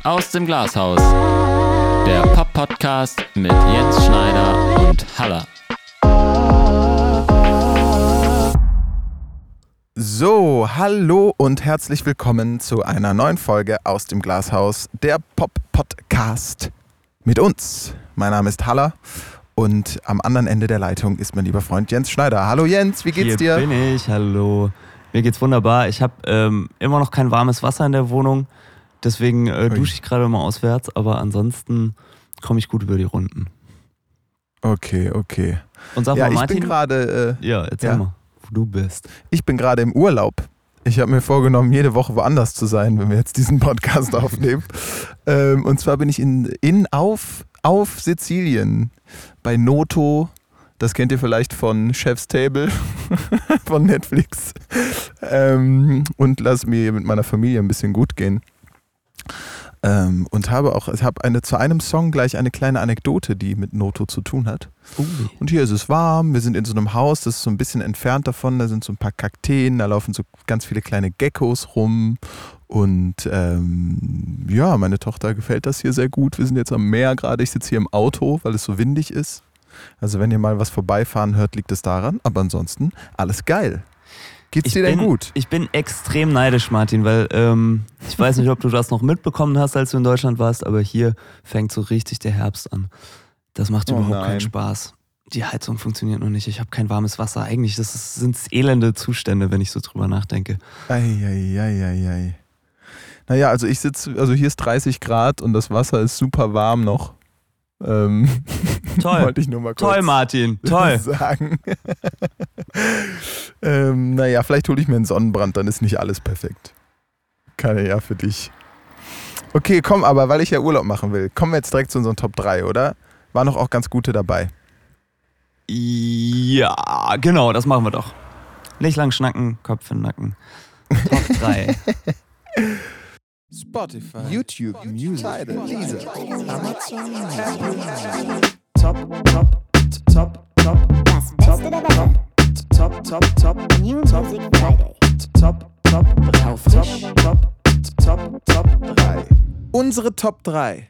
Aus dem Glashaus. Der Pop-Podcast mit Jens Schneider und Halla. So, hallo und herzlich willkommen zu einer neuen Folge aus dem Glashaus, der Pop-Podcast mit uns. Mein Name ist Halla und am anderen Ende der Leitung ist mein lieber Freund Jens Schneider. Hallo Jens, wie geht's dir? Hier bin ich, hallo. Mir geht's wunderbar. Ich habe immer noch kein warmes Wasser in der Wohnung, deswegen dusche ich gerade mal auswärts, aber ansonsten komme ich gut über die Runden. Okay. Und sag mal, ich Martin, bin gerade... erzähl mal, wo du bist. Ich bin gerade im Urlaub. Ich habe mir vorgenommen, jede Woche woanders zu sein, wenn wir jetzt diesen Podcast aufnehmen. Und zwar bin ich auf Sizilien bei Noto. Das kennt ihr vielleicht von Chef's Table von Netflix. Und lass mir mit meiner Familie ein bisschen gut gehen. Und habe zu einem Song gleich eine kleine Anekdote, die mit Noto zu tun hat. Und hier ist es warm, wir sind in so einem Haus, das ist so ein bisschen entfernt davon, da sind so ein paar Kakteen, da laufen so ganz viele kleine Geckos rum. Und meine Tochter gefällt das hier sehr gut. Wir sind jetzt am Meer gerade, ich sitze hier im Auto, weil es so windig ist. Also wenn ihr mal was vorbeifahren hört, liegt es daran. Aber ansonsten, alles geil. Geht's dir denn gut? Ich bin extrem neidisch, Martin, weil ich weiß nicht, ob du das noch mitbekommen hast, als du in Deutschland warst, aber hier fängt so richtig der Herbst an. Das macht überhaupt keinen Spaß. Die Heizung funktioniert noch nicht. Ich habe kein warmes Wasser. Eigentlich sind es elende Zustände, wenn ich so drüber nachdenke. Eieieiei. Naja, also hier ist 30 Grad und das Wasser ist super warm noch. Toll. Wollte ich nur mal kurz toll, Martin. Toll. sagen. Vielleicht hole ich mir einen Sonnenbrand, dann ist nicht alles perfekt. Kann ja für dich. Okay, komm, aber weil ich ja Urlaub machen will, kommen wir jetzt direkt zu unseren Top 3, oder? Waren noch auch ganz gute dabei. Ja, genau, das machen wir doch. Nicht lang schnacken, Kopf in den Nacken. Top 3. Spotify, YouTube, Music, Tidal, Deezer, Amazon, Top. Das Beste der Woche. Top. New Music Friday. Top. Frisch. Top 3. Unsere Top 3.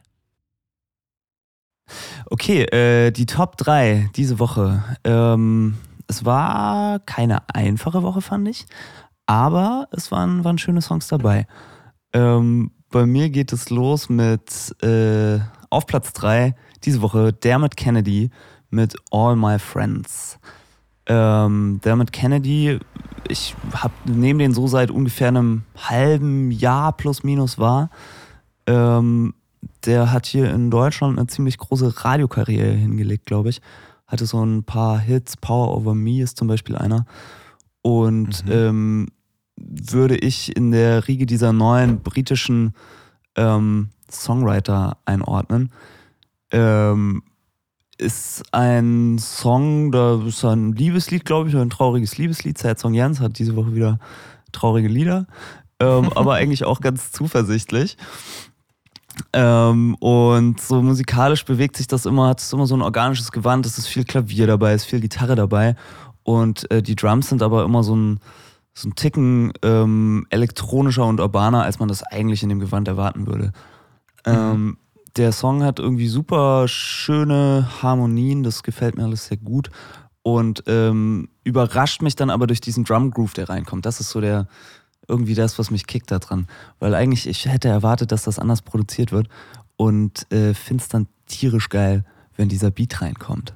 Okay, die Top 3 diese Woche. Es war keine einfache Woche, fand ich. Aber es waren schöne Songs dabei. Bei mir geht es los mit auf Platz 3 diese Woche Dermot Kennedy mit All My Friends. Dermot Kennedy, ich nehme den so seit ungefähr einem halben Jahr plus minus wahr. Der hat hier in Deutschland eine ziemlich große Radiokarriere hingelegt, glaube ich. Hatte so ein paar Hits, Power Over Me ist zum Beispiel einer. Und würde ich in der Riege dieser neuen britischen Songwriter einordnen. Ist ein Song, da ist ein Liebeslied, glaube ich, oder ein trauriges Liebeslied. Sad Song Jens hat diese Woche wieder traurige Lieder, aber eigentlich auch ganz zuversichtlich. Und so musikalisch bewegt sich das immer, hat es immer so ein organisches Gewand, es ist viel Klavier dabei, es ist viel Gitarre dabei und die Drums sind aber immer so ein Ticken elektronischer und urbaner, als man das eigentlich in dem Gewand erwarten würde. Der Song hat irgendwie super schöne Harmonien, das gefällt mir alles sehr gut und überrascht mich dann aber durch diesen Drum-Groove, der reinkommt. Das ist so irgendwie das, was mich kickt da dran. Weil eigentlich, ich hätte erwartet, dass das anders produziert wird und finde es dann tierisch geil, wenn dieser Beat reinkommt.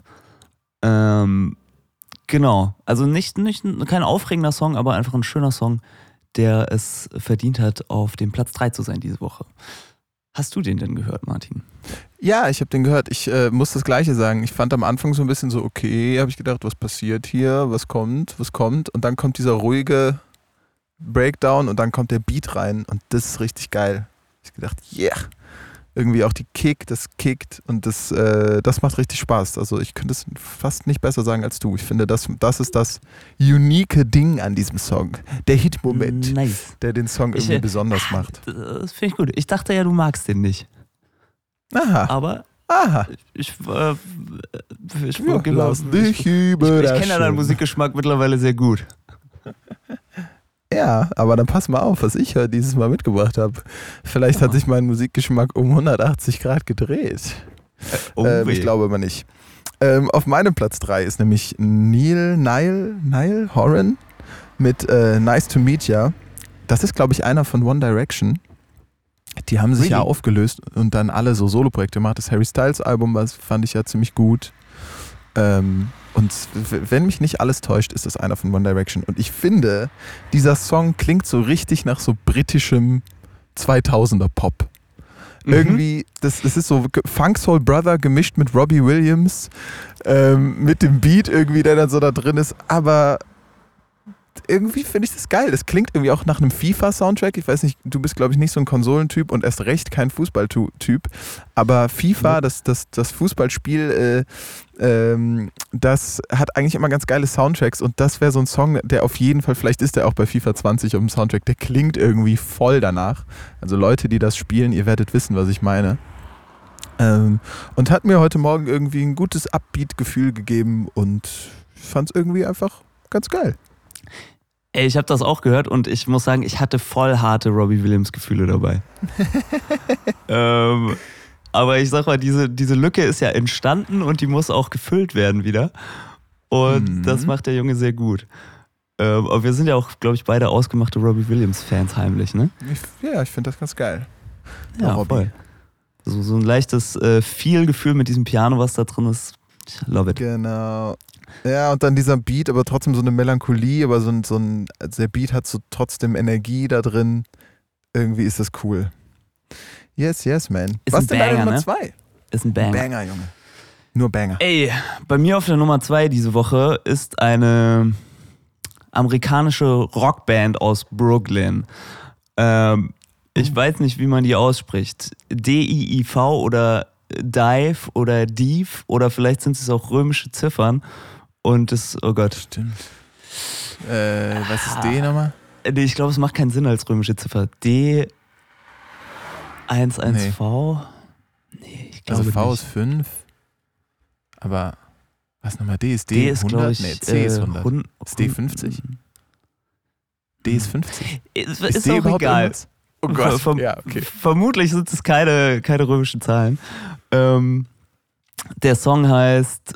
Genau, also kein aufregender Song, aber einfach ein schöner Song, der es verdient hat, auf dem Platz 3 zu sein diese Woche. Hast du den denn gehört, Martin? Ja, ich habe den gehört. Ich muss das Gleiche sagen. Ich fand am Anfang so ein bisschen so, okay, habe ich gedacht, was passiert hier, was kommt? Und dann kommt dieser ruhige Breakdown und dann kommt der Beat rein und das ist richtig geil. Ich habe gedacht, yeah. Irgendwie auch das kickt und das macht richtig Spaß. Also ich könnte es fast nicht besser sagen als du. Ich finde, das ist das unique Ding an diesem Song. Der Hit-Moment, der den Song irgendwie besonders macht. Das finde ich gut. Ich dachte ja, du magst den nicht. Aha. Aber ich kenne ja deinen Musikgeschmack mittlerweile sehr gut. Ja, aber dann pass mal auf, was ich heute dieses Mal mitgebracht habe. Vielleicht hat sich mein Musikgeschmack um 180 Grad gedreht. Ich glaube aber nicht. Auf meinem Platz 3 ist nämlich Niall Horan mit Nice to Meet Ya. Das ist, glaube ich, einer von One Direction. Die haben sich ja aufgelöst und dann alle so Soloprojekte gemacht. Das Harry Styles Album fand ich ja ziemlich gut. Und wenn mich nicht alles täuscht, ist das einer von One Direction. Und ich finde, dieser Song klingt so richtig nach so britischem 2000er Pop. Irgendwie, das ist so Funk Soul Brother gemischt mit Robbie Williams, mit dem Beat irgendwie, der dann so da drin ist. Aber irgendwie finde ich das geil. Das klingt irgendwie auch nach einem FIFA-Soundtrack. Ich weiß nicht, du bist, glaube ich, nicht so ein Konsolentyp und erst recht kein Fußballtyp. Aber FIFA, das Fußballspiel, das hat eigentlich immer ganz geile Soundtracks und das wäre so ein Song, der auf jeden Fall, vielleicht ist der auch bei FIFA 20 auf dem Soundtrack, der klingt irgendwie voll danach. Also Leute, die das spielen, ihr werdet wissen, was ich meine. Und hat mir heute Morgen irgendwie ein gutes Upbeat-Gefühl gegeben und ich fand es irgendwie einfach ganz geil. Ey, ich habe das auch gehört und ich muss sagen, ich hatte voll harte Robbie Williams-Gefühle dabei. Aber ich sag mal, diese Lücke ist ja entstanden und die muss auch gefüllt werden wieder. Und das macht der Junge sehr gut. Aber wir sind ja auch, glaube ich, beide ausgemachte Robbie Williams-Fans heimlich, ne? Ich finde das ganz geil. Ja, voll. So ein leichtes Feel-Gefühl mit diesem Piano, was da drin ist. Ich love it. Genau. Ja, und dann dieser Beat, aber trotzdem so eine Melancholie, aber der Beat hat so trotzdem Energie da drin. Irgendwie ist das cool. Yes, man. Ist was ein denn Banger, deine Nummer ne? 2? Ist ein Banger. Banger, Junge. Nur Banger. Ey, bei mir auf der Nummer 2 diese Woche ist eine amerikanische Rockband aus Brooklyn. Ich weiß nicht, wie man die ausspricht. D-I-I-V oder Dive oder Div oder vielleicht sind es auch römische Ziffern. Und das, oh Gott. Stimmt. Was ist D nochmal? Nee, ich glaube, es macht keinen Sinn als römische Ziffer. D11V? Nee, ich glaube nicht. Also V nicht. ist 5. Aber was nochmal? D ist D ist, 100? ich, nee, C ist 100. Ist D 50? D ist 50. Ist D auch überhaupt egal. irgendwas? Oh Gott, ja, okay. Vermutlich sind es keine römischen Zahlen. Der Song heißt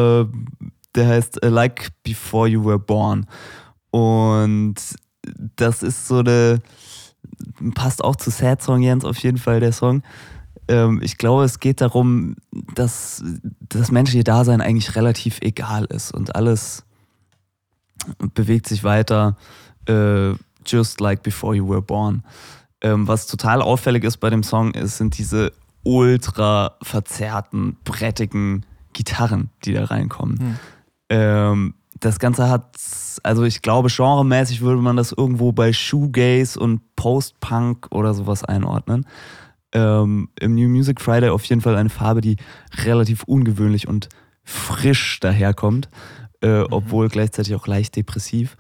Like Before You Were Born. Und das ist so passt auch zu Sad Song Jens auf jeden Fall, der Song. Ich glaube, es geht darum, dass das menschliche Dasein eigentlich relativ egal ist und alles bewegt sich weiter, just like before you were born. Was total auffällig ist bei dem Song, sind diese ultra verzerrten, brettigen Gitarren, die da reinkommen. Das Ganze hat, also ich glaube, genremäßig würde man das irgendwo bei Shoegaze und Post-Punk oder sowas einordnen. Im New Music Friday auf jeden Fall eine Farbe, die relativ ungewöhnlich und frisch daherkommt, obwohl gleichzeitig auch leicht depressiv.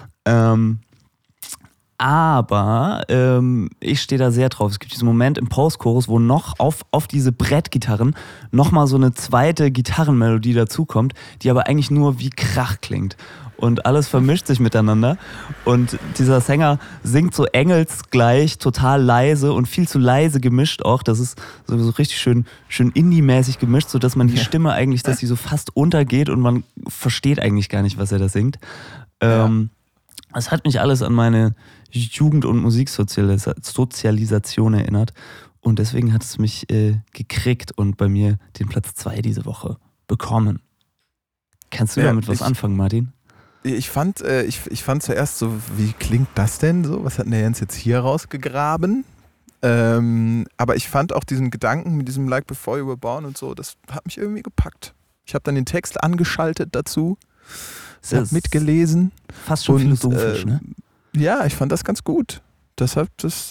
Aber ich stehe da sehr drauf. Es gibt diesen Moment im Postchorus, wo noch auf diese Brettgitarren nochmal so eine zweite Gitarrenmelodie dazukommt, die aber eigentlich nur wie Krach klingt. Und alles vermischt sich miteinander. Und dieser Sänger singt so engelsgleich, total leise und viel zu leise gemischt auch. Das ist so richtig schön Indie-mäßig gemischt, sodass man die Stimme eigentlich, dass sie so fast untergeht und man versteht eigentlich gar nicht, was er da singt. Es hat mich alles an meine Jugend- und Musiksozialisation erinnert. Und deswegen hat es mich gekriegt und bei mir den Platz 2 diese Woche bekommen. Kannst du damit was anfangen, Martin? Ich fand zuerst so, wie klingt das denn so? Was hat denn der Jens jetzt hier rausgegraben? Aber ich fand auch diesen Gedanken mit diesem Like Before You Were Born und so, das hat mich irgendwie gepackt. Ich habe dann den Text angeschaltet dazu, habe mitgelesen. Fast schon philosophisch, ne? Ja, ich fand das ganz gut. Deshalb,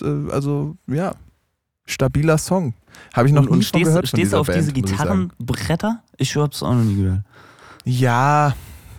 stabiler Song. Habe ich noch nie von gehört von dieser Band. Stehst du auf diese Gitarrenbretter? Ich habe es auch noch nie gehört. Ja.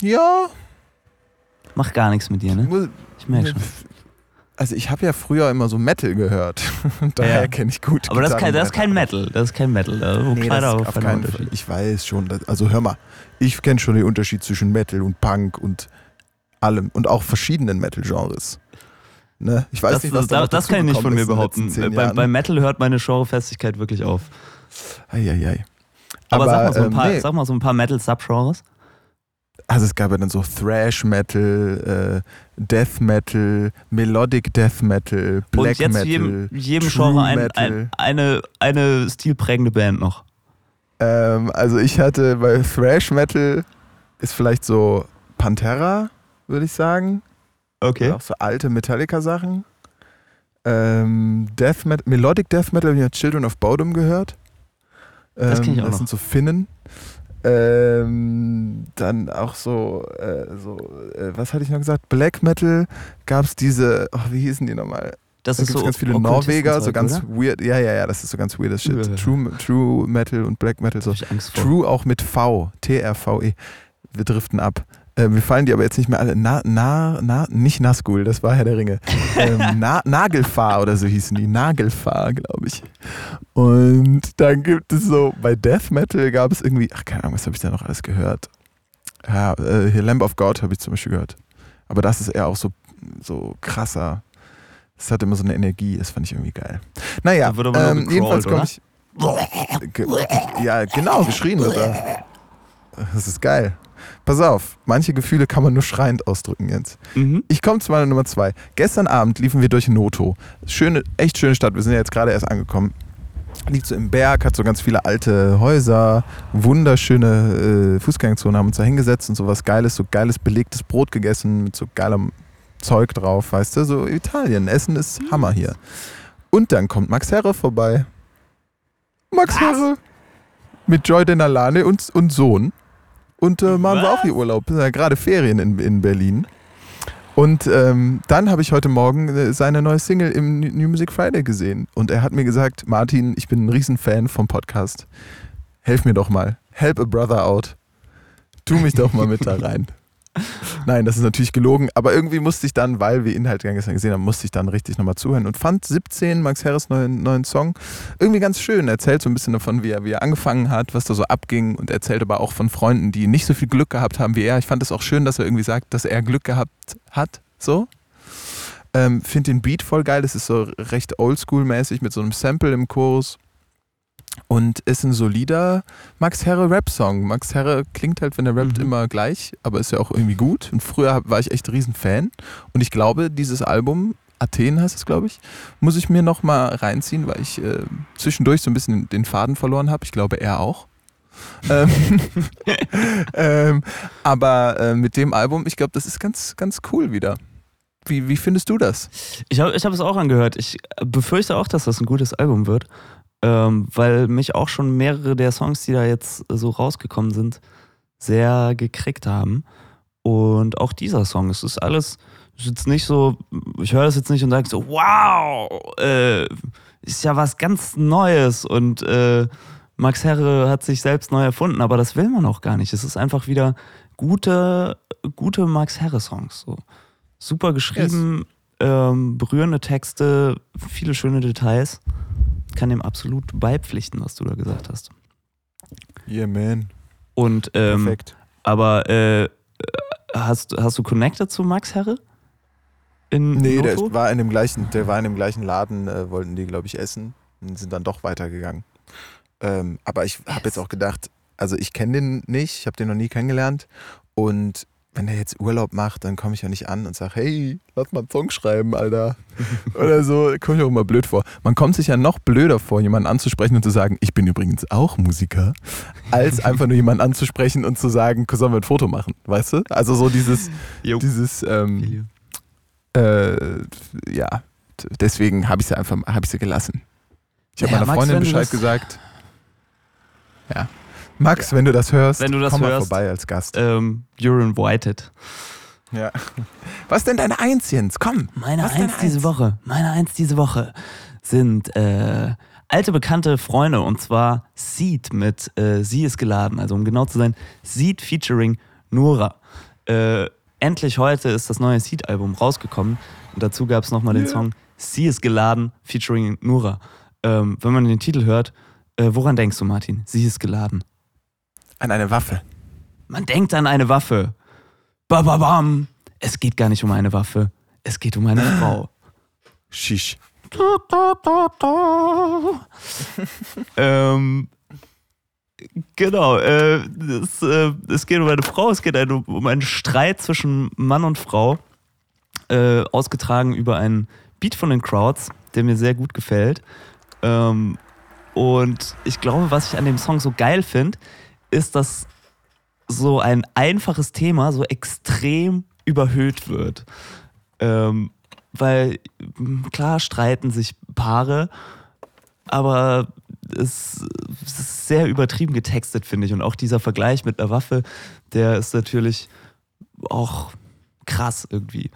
Macht gar nichts mit dir, ne? Ich merke schon. Also ich habe ja früher immer so Metal gehört. Daher kenne ich gut. Aber das ist kein Metal. Das ist kein Metal. Nee, das ist auf keinen Fall. Ich weiß schon. Also hör mal, ich kenne schon den Unterschied zwischen Metal und Punk und allem. Und auch verschiedenen Metal-Genres. Ne? Ich weiß nicht, was da noch das kann ich nicht von mir behaupten. Bei Metal hört meine Genrefestigkeit wirklich auf. Eieiei. Aber sag mal so ein paar Metal-Subgenres. Also es gab ja dann so Thrash Metal, Death Metal, Melodic Death Metal, Black Metal. Und Metal, jetzt jedem Genre eine stilprägende Band noch. Also ich hatte bei Thrash Metal ist vielleicht so Pantera, würde ich sagen. Okay. Auch so alte Metallica-Sachen. Death Metal, Melodic Death Metal habe ich ja Children of Bodom gehört. Das kenne ich auch noch. Das sind so Finnen. Dann auch was hatte ich noch gesagt? Black Metal gab es diese, wie hießen die nochmal? Das Da ist gibt es so ganz viele Norweger, so ganz oder? weird. Ja, das ist so ganz weirdes Shit. True Metal und Black Metal. So. Da hab ich Angst vor. True auch mit V, TRVE. Wir driften ab. Wir fallen die aber jetzt nicht mehr alle. Nicht Nazgul, das war Herr der Ringe. Nagelfahr oder so hießen die. Nagelfahr, glaube ich. Und dann gibt es so, bei Death Metal gab es irgendwie, keine Ahnung, was habe ich da noch alles gehört? Ja, hier Lamb of God habe ich zum Beispiel gehört. Aber das ist eher auch so krasser. Das hat immer so eine Energie, das fand ich irgendwie geil. Naja, Da wird aber nur jedenfalls komme gecrawlt, ich. Ja, genau, geschrien wird da. Das ist geil. Pass auf, manche Gefühle kann man nur schreiend ausdrücken jetzt. Mhm. Ich komme zu meiner Nummer 2. Gestern Abend liefen wir durch Noto. Echt schöne Stadt, wir sind ja jetzt gerade erst angekommen. Liegt so im Berg, hat so ganz viele alte Häuser, wunderschöne Fußgängerzonen, haben uns da hingesetzt und so was Geiles, so geiles belegtes Brot gegessen mit so geilem Zeug drauf, weißt du, so Italien. Essen ist Hammer hier. Und dann kommt Max Herre vorbei. Max Herre mit Joy Denalane und Sohn. Und machen wir auch hier Urlaub. Das sind ja gerade Ferien in Berlin. Und dann habe ich heute Morgen seine neue Single im New Music Friday gesehen. Und er hat mir gesagt, Martin, ich bin ein Riesenfan vom Podcast. Helf mir doch mal. Help a brother out. Tu mich doch mal mit da rein. Nein, das ist natürlich gelogen, aber irgendwie musste ich dann, weil wir ihn halt gestern gesehen haben, musste ich dann richtig nochmal zuhören und fand 17, Max Herres neuen Song, irgendwie ganz schön. Er erzählt so ein bisschen davon, wie er angefangen hat, was da so abging und erzählt aber auch von Freunden, die nicht so viel Glück gehabt haben wie er. Ich fand es auch schön, dass er irgendwie sagt, dass er Glück gehabt hat, so. Finde den Beat voll geil, das ist so recht oldschool-mäßig mit so einem Sample im Chorus. Und ist ein solider Max Herre Rap-Song. Max Herre klingt halt, wenn er rappt, immer gleich, aber ist ja auch irgendwie gut. Und früher war ich echt ein Riesen-Fan. Und ich glaube, dieses Album, Athen heißt es, glaube ich, muss ich mir nochmal reinziehen, weil ich zwischendurch so ein bisschen den Faden verloren habe. Ich glaube, er auch. Aber mit dem Album, ich glaube, das ist ganz, ganz cool wieder. Wie findest du das? Ich hab es auch angehört. Ich befürchte auch, dass das ein gutes Album wird. Weil mich auch schon mehrere der Songs, die da jetzt so rausgekommen sind, sehr gekriegt haben. Und auch dieser Song, es ist alles, ist jetzt nicht so, ich höre das jetzt nicht und sage so, wow, ist ja was ganz Neues und Max Herre hat sich selbst neu erfunden, aber das will man auch gar nicht. Es ist einfach wieder gute Max Herre Songs. So. Super geschrieben, berührende Texte, viele schöne Details. Kann dem absolut beipflichten, was du da gesagt hast. Yeah, man. Und, perfekt. Aber hast du connected zu Max Herre? Nee, der war in dem gleichen Laden, wollten die, glaube ich, essen und sind dann doch weitergegangen. Aber ich habe jetzt auch gedacht, also ich kenne den nicht, ich habe den noch nie kennengelernt und wenn er jetzt Urlaub macht, dann komme ich ja nicht an und sage, hey, lass mal einen Song schreiben, Alter. Oder so, komme ich auch immer blöd vor. Man kommt sich ja noch blöder vor, jemanden anzusprechen und zu sagen, ich bin übrigens auch Musiker, als einfach nur jemanden anzusprechen und zu sagen, sollen wir ein Foto machen, weißt du? Also so deswegen habe ich sie gelassen. Ich habe meiner Freundin Bescheid gesagt. Ja. Max, wenn du das hörst, komm mal vorbei als Gast. You're invited. Ja. Was denn deine Eins, Jens? Komm. Meine Eins diese Woche sind alte bekannte Freunde und zwar Seed mit Sie ist geladen. Also um genau zu sein, Seed featuring Nura. Endlich heute ist das neue Seed-Album rausgekommen und dazu gab es nochmal den Song Sie ist geladen featuring Nura. Wenn man den Titel hört, woran denkst du, Martin? Sie ist geladen. An eine Waffe. Man denkt an eine Waffe. Bababam. Es geht gar nicht um eine Waffe. Es geht um eine Frau. Shish. Genau, es geht um eine Frau, es geht um einen Streit zwischen Mann und Frau, ausgetragen über einen Beat von den Crowds, der mir sehr gut gefällt. Und ich glaube, was ich an dem Song so geil finde, ist, dass so ein einfaches Thema so extrem überhöht wird. Weil klar streiten sich Paare, aber es ist sehr übertrieben getextet, finde ich. Und auch dieser Vergleich mit einer Waffe, der ist natürlich auch krass irgendwie.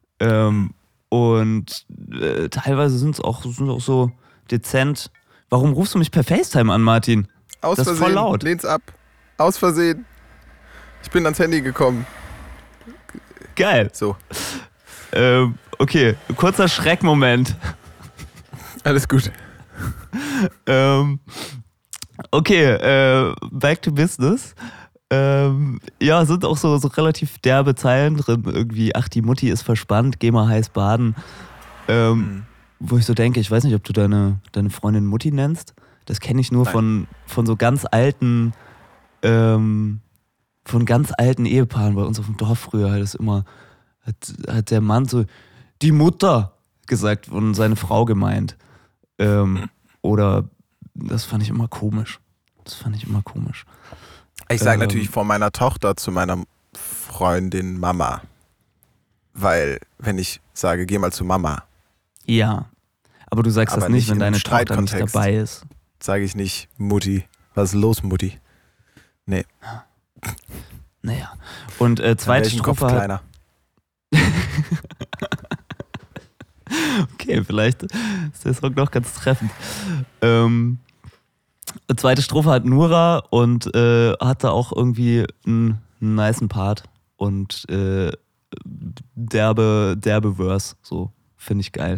Und teilweise sind es auch so dezent. Warum rufst du mich per FaceTime an, Martin? Aus Das ist Versehen, voll laut. lehn's ab. Aus Versehen. Ich bin ans Handy gekommen. Geil. So, Okay, kurzer Schreckmoment. alles gut. Okay, back to business. Ja, sind auch so relativ derbe Zeilen drin. Irgendwie, ach, die Mutti ist verspannt, geh mal heiß baden. Wo ich so denke, ich weiß nicht, ob du deine Freundin Mutti nennst. Das kenne ich nur von so ganz alten, von ganz alten Ehepaaren bei uns auf dem Dorf früher. Halt das immer, hat der Mann so, die Mutter gesagt und seine Frau gemeint. Oder das fand ich immer komisch. Ich sage natürlich vor meiner Tochter zu meiner Freundin Mama. Weil, wenn ich sage, geh mal zu Mama, Ja, aber du sagst Aber das nicht, nicht wenn im deine Tochter nicht Streitkontext. dabei ist. sage ich nicht Mutti. Was ist los, Mutti? Nee. Naja. Und zweite Dann wär ich im Strophe Kopf hat, kleiner. okay, vielleicht ist der Song noch ganz treffend. Zweite Strophe hat Nura und hatte auch irgendwie einen nicen Part und derbe Verse, so finde ich geil.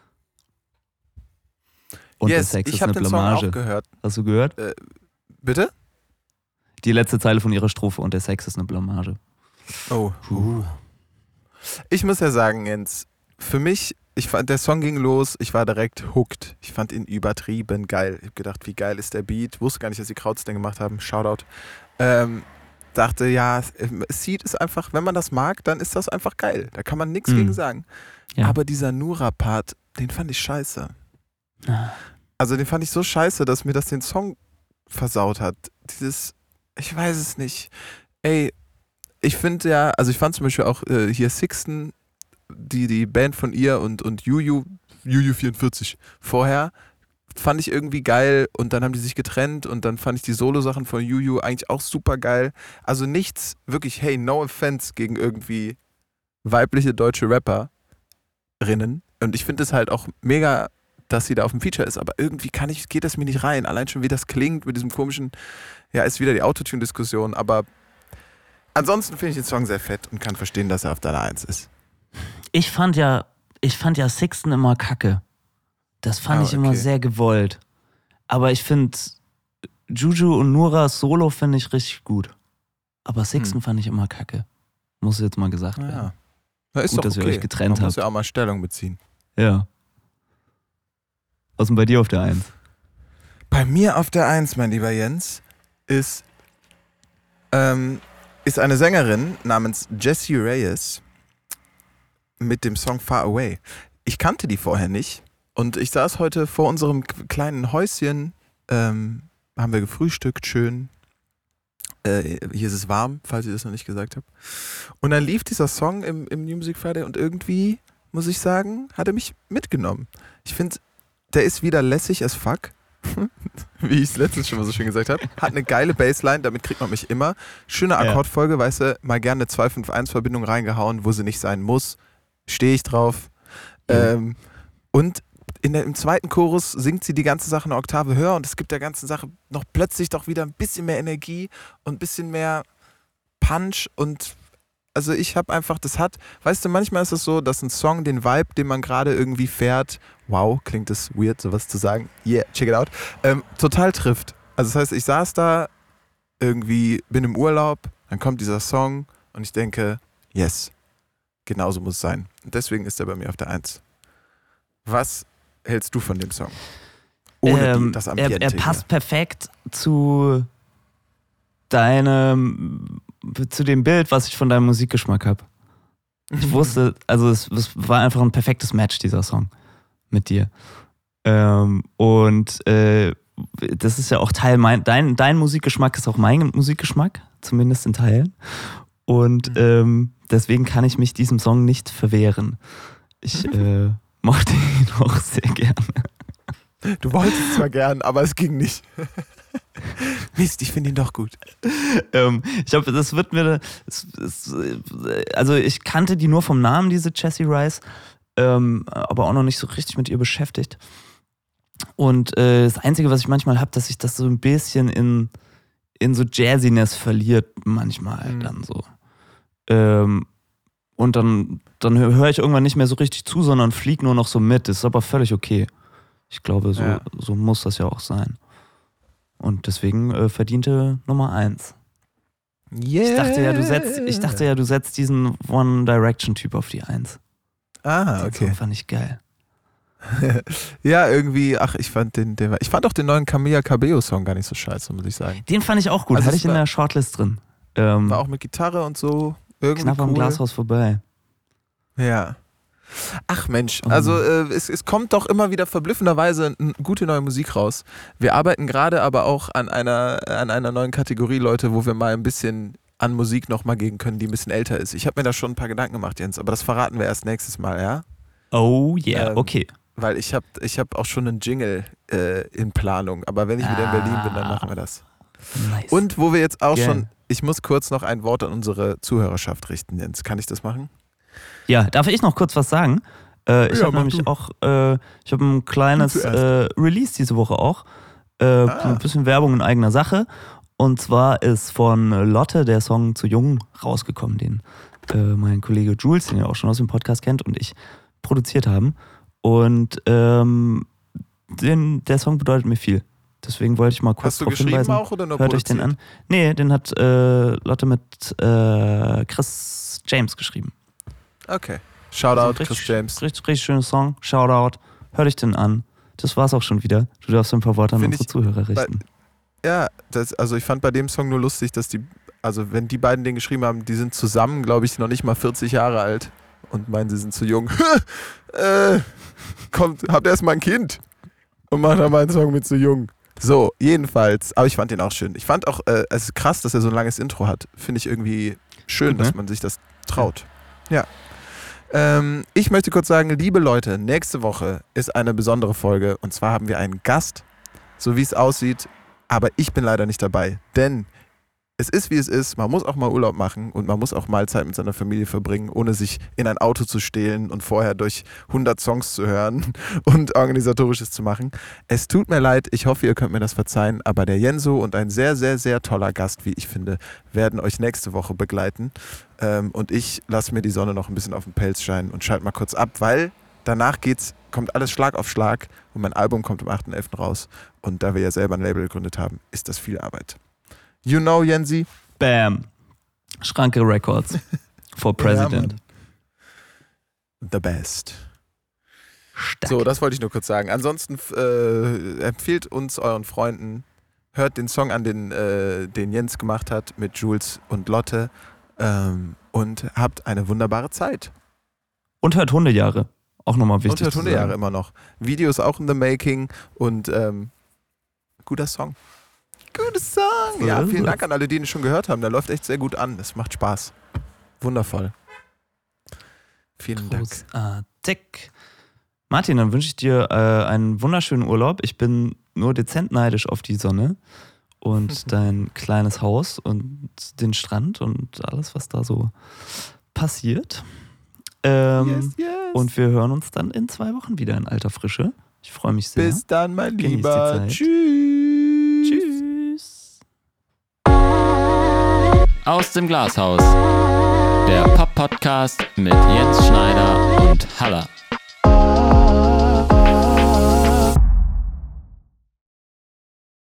Und der Sex ich ist habe eine den Song Blamage. auch gehört. Hast du gehört? Bitte? Die letzte Zeile von ihrer Strophe und der Sex ist eine Blamage. Oh. Ich muss ja sagen, Jens, für mich, der Song ging los, ich war direkt hooked. Ich fand ihn übertrieben geil. Ich habe gedacht, wie geil ist der Beat. Wusste gar nicht, dass die Krauts den gemacht haben. Shoutout. Dachte, ja, Seed ist einfach, wenn man das mag, dann ist das einfach geil. Da kann man nichts gegen sagen. Ja. Aber dieser Nura-Part, den fand ich scheiße. Also den fand ich so scheiße, dass mir das den Song versaut hat. Ich weiß es nicht. Ey, ich finde ja, also ich fand zum Beispiel auch hier Sixten, die Band von ihr und Juju 44 vorher, fand ich irgendwie geil und dann haben die sich getrennt und dann fand ich die Solo-Sachen von Juju eigentlich auch super geil. Also nichts, wirklich, hey, no offense gegen irgendwie weibliche deutsche Rapperinnen. Und ich finde es halt auch mega, dass sie da auf dem Feature ist, aber irgendwie geht das mir nicht rein. Allein schon, wie das klingt mit diesem komischen, ja, ist wieder die Autotune-Diskussion, aber ansonsten finde ich den Song sehr fett und kann verstehen, dass er auf deiner 1 ist. Ich fand ja Sixten immer kacke. Das fand ich immer okay. sehr gewollt. Aber ich finde Juju und Nuras Solo finde ich richtig gut. Aber Sixten fand ich immer kacke. Muss jetzt mal gesagt werden. Ja. Na, ist Gut, doch dass ihr okay. euch getrennt Man muss habt. ja auch mal Stellung beziehen. Ja. Was ist denn bei dir auf der 1? Bei mir auf der 1, mein lieber Jens, ist eine Sängerin namens Jessie Reyes mit dem Song Far Away. Ich kannte die vorher nicht und ich saß heute vor unserem kleinen Häuschen, haben wir gefrühstückt, schön. Hier ist es warm, falls ich das noch nicht gesagt habe. Und dann lief dieser Song im New Music Friday und irgendwie, muss ich sagen, hat er mich mitgenommen. Ich finde, der ist wieder lässig as fuck. Wie ich es letztens schon mal so schön gesagt habe. Hat eine geile Bassline, damit kriegt man mich immer. Schöne Akkordfolge, weißt du, mal gerne eine 2-5-1-Verbindung reingehauen, wo sie nicht sein muss. Stehe ich drauf. Und im zweiten Chorus singt sie die ganze Sache eine Oktave höher und es gibt der ganzen Sache noch plötzlich doch wieder ein bisschen mehr Energie und ein bisschen mehr Punch und also ich habe einfach, weißt du, manchmal ist es so, dass ein Song den Vibe, den man gerade irgendwie fährt, wow, klingt das weird, sowas zu sagen, yeah, check it out, total trifft. Also das heißt, ich saß da, irgendwie bin im Urlaub, dann kommt dieser Song und ich denke, yes, genauso muss es sein. Und deswegen ist er bei mir auf der 1. Was hältst du von dem Song? Ohne das Ambiente. Er passt perfekt zu dem Bild, was ich von deinem Musikgeschmack habe. Ich wusste, also es war einfach ein perfektes Match, dieser Song mit dir. Das ist ja auch Teil dein Musikgeschmack ist auch mein Musikgeschmack, zumindest in Teilen. Und deswegen kann ich mich diesem Song nicht verwehren. Ich mochte ihn auch sehr gerne. Du wolltest zwar gern, aber es ging nicht. Mist, ich finde ihn doch gut. Ich glaube, das wird mir... Also ich kannte die nur vom Namen, diese Jessie Rice, aber auch noch nicht so richtig mit ihr beschäftigt. Und das Einzige, was ich manchmal habe, dass sich das so ein bisschen in so Jazziness verliert manchmal dann so. Und dann höre ich irgendwann nicht mehr so richtig zu, sondern fliege nur noch so mit. Das ist aber völlig okay. Ich glaube, so muss das ja auch sein. Und deswegen verdiente Nummer 1. Yeah. Ich dachte ja, du setzt diesen One Direction-Typ auf die 1. Ah, okay. Das fand ich geil. Ja, irgendwie, ich fand auch den neuen Camila Cabello-Song gar nicht so scheiße, muss ich sagen. Den fand ich auch gut, Also hatte ich in der Shortlist drin. War auch mit Gitarre und so. Irgendwie knapp am cool. Glashaus vorbei. Ja. Ach Mensch, also es kommt doch immer wieder verblüffenderweise gute neue Musik raus. Wir arbeiten gerade aber auch an einer neuen Kategorie, Leute, wo wir mal ein bisschen an Musik nochmal gehen können, die ein bisschen älter ist. Ich habe mir da schon ein paar Gedanken gemacht, Jens, aber das verraten wir erst nächstes Mal, ja? Oh yeah, okay. Weil ich hab auch schon einen Jingle in Planung, aber wenn ich wieder in Berlin bin, dann machen wir das. Nice. Und wo wir jetzt auch schon, ich muss kurz noch ein Wort an unsere Zuhörerschaft richten, Jens. Kann ich das machen? Ja, darf ich noch kurz was sagen? Ich habe nämlich auch, ich habe ein kleines Release diese Woche auch. Ein bisschen Werbung in eigener Sache. Und zwar ist von Lotte der Song Zu Jung rausgekommen, den mein Kollege Jules, den ihr auch schon aus dem Podcast kennt, und ich produziert haben. Und der Song bedeutet mir viel. Deswegen wollte ich mal kurz darauf hinweisen. Hast du geschrieben auch oder nur Hört euch den an. Nee, den hat Lotte mit Chris James geschrieben. Okay. Shoutout, also Chris James. Richtig schöner Song. Shoutout. Hör dich den an. Das war's auch schon wieder. Du darfst ein paar Worte an unsere Zuhörer richten. Also ich fand bei dem Song nur lustig, dass wenn die beiden den geschrieben haben, die sind zusammen, glaube ich, noch nicht mal 40 Jahre alt und meinen, sie sind zu jung. Habt erst mal ein Kind und macht dann mal einen Song mit zu jung. So, jedenfalls. Aber ich fand den auch schön. Ich fand auch, es ist krass, dass er so ein langes Intro hat. Finde ich irgendwie schön, dass man sich das traut. Ja. Ich möchte kurz sagen, liebe Leute, nächste Woche ist eine besondere Folge. Und zwar haben wir einen Gast, so wie es aussieht. Aber ich bin leider nicht dabei. Denn es ist, wie es ist. Man muss auch mal Urlaub machen und man muss auch mal Zeit mit seiner Familie verbringen, ohne sich in ein Auto zu stehlen und vorher durch 100 Songs zu hören und Organisatorisches zu machen. Es tut mir leid, ich hoffe, ihr könnt mir das verzeihen, aber der Jenso und ein sehr, sehr, sehr toller Gast, wie ich finde, werden euch nächste Woche begleiten. Und ich lasse mir die Sonne noch ein bisschen auf den Pelz scheinen und schalte mal kurz ab, weil danach kommt alles Schlag auf Schlag und mein Album kommt am 8.11. raus. Und da wir ja selber ein Label gegründet haben, ist das viel Arbeit. You know, Jensi? Bam. Schranke Records. For President. Ja, the best. Stark. So, das wollte ich nur kurz sagen. Ansonsten empfehlt uns euren Freunden, hört den Song an, den Jens gemacht hat mit Jules und Lotte und habt eine wunderbare Zeit. Und hört Hundejahre. Auch nochmal wichtig. Und hört Hundejahre immer noch. Videos auch in the making und guter Song. Guter Song. Ja, vielen Dank an alle, die ihn schon gehört haben. Der läuft echt sehr gut an. Es macht Spaß. Wundervoll. Vielen Dank. Großartig. Martin, dann wünsche ich dir einen wunderschönen Urlaub. Ich bin nur dezent neidisch auf die Sonne und dein kleines Haus und den Strand und alles, was da so passiert. Yes. Und wir hören uns dann in 2 Wochen wieder in alter Frische. Ich freue mich sehr. Bis dann, mein Genieß Lieber. die Zeit. Tschüss. Tschüss. Aus dem Glashaus. Der Pop-Podcast mit Jens Schneider und Halla.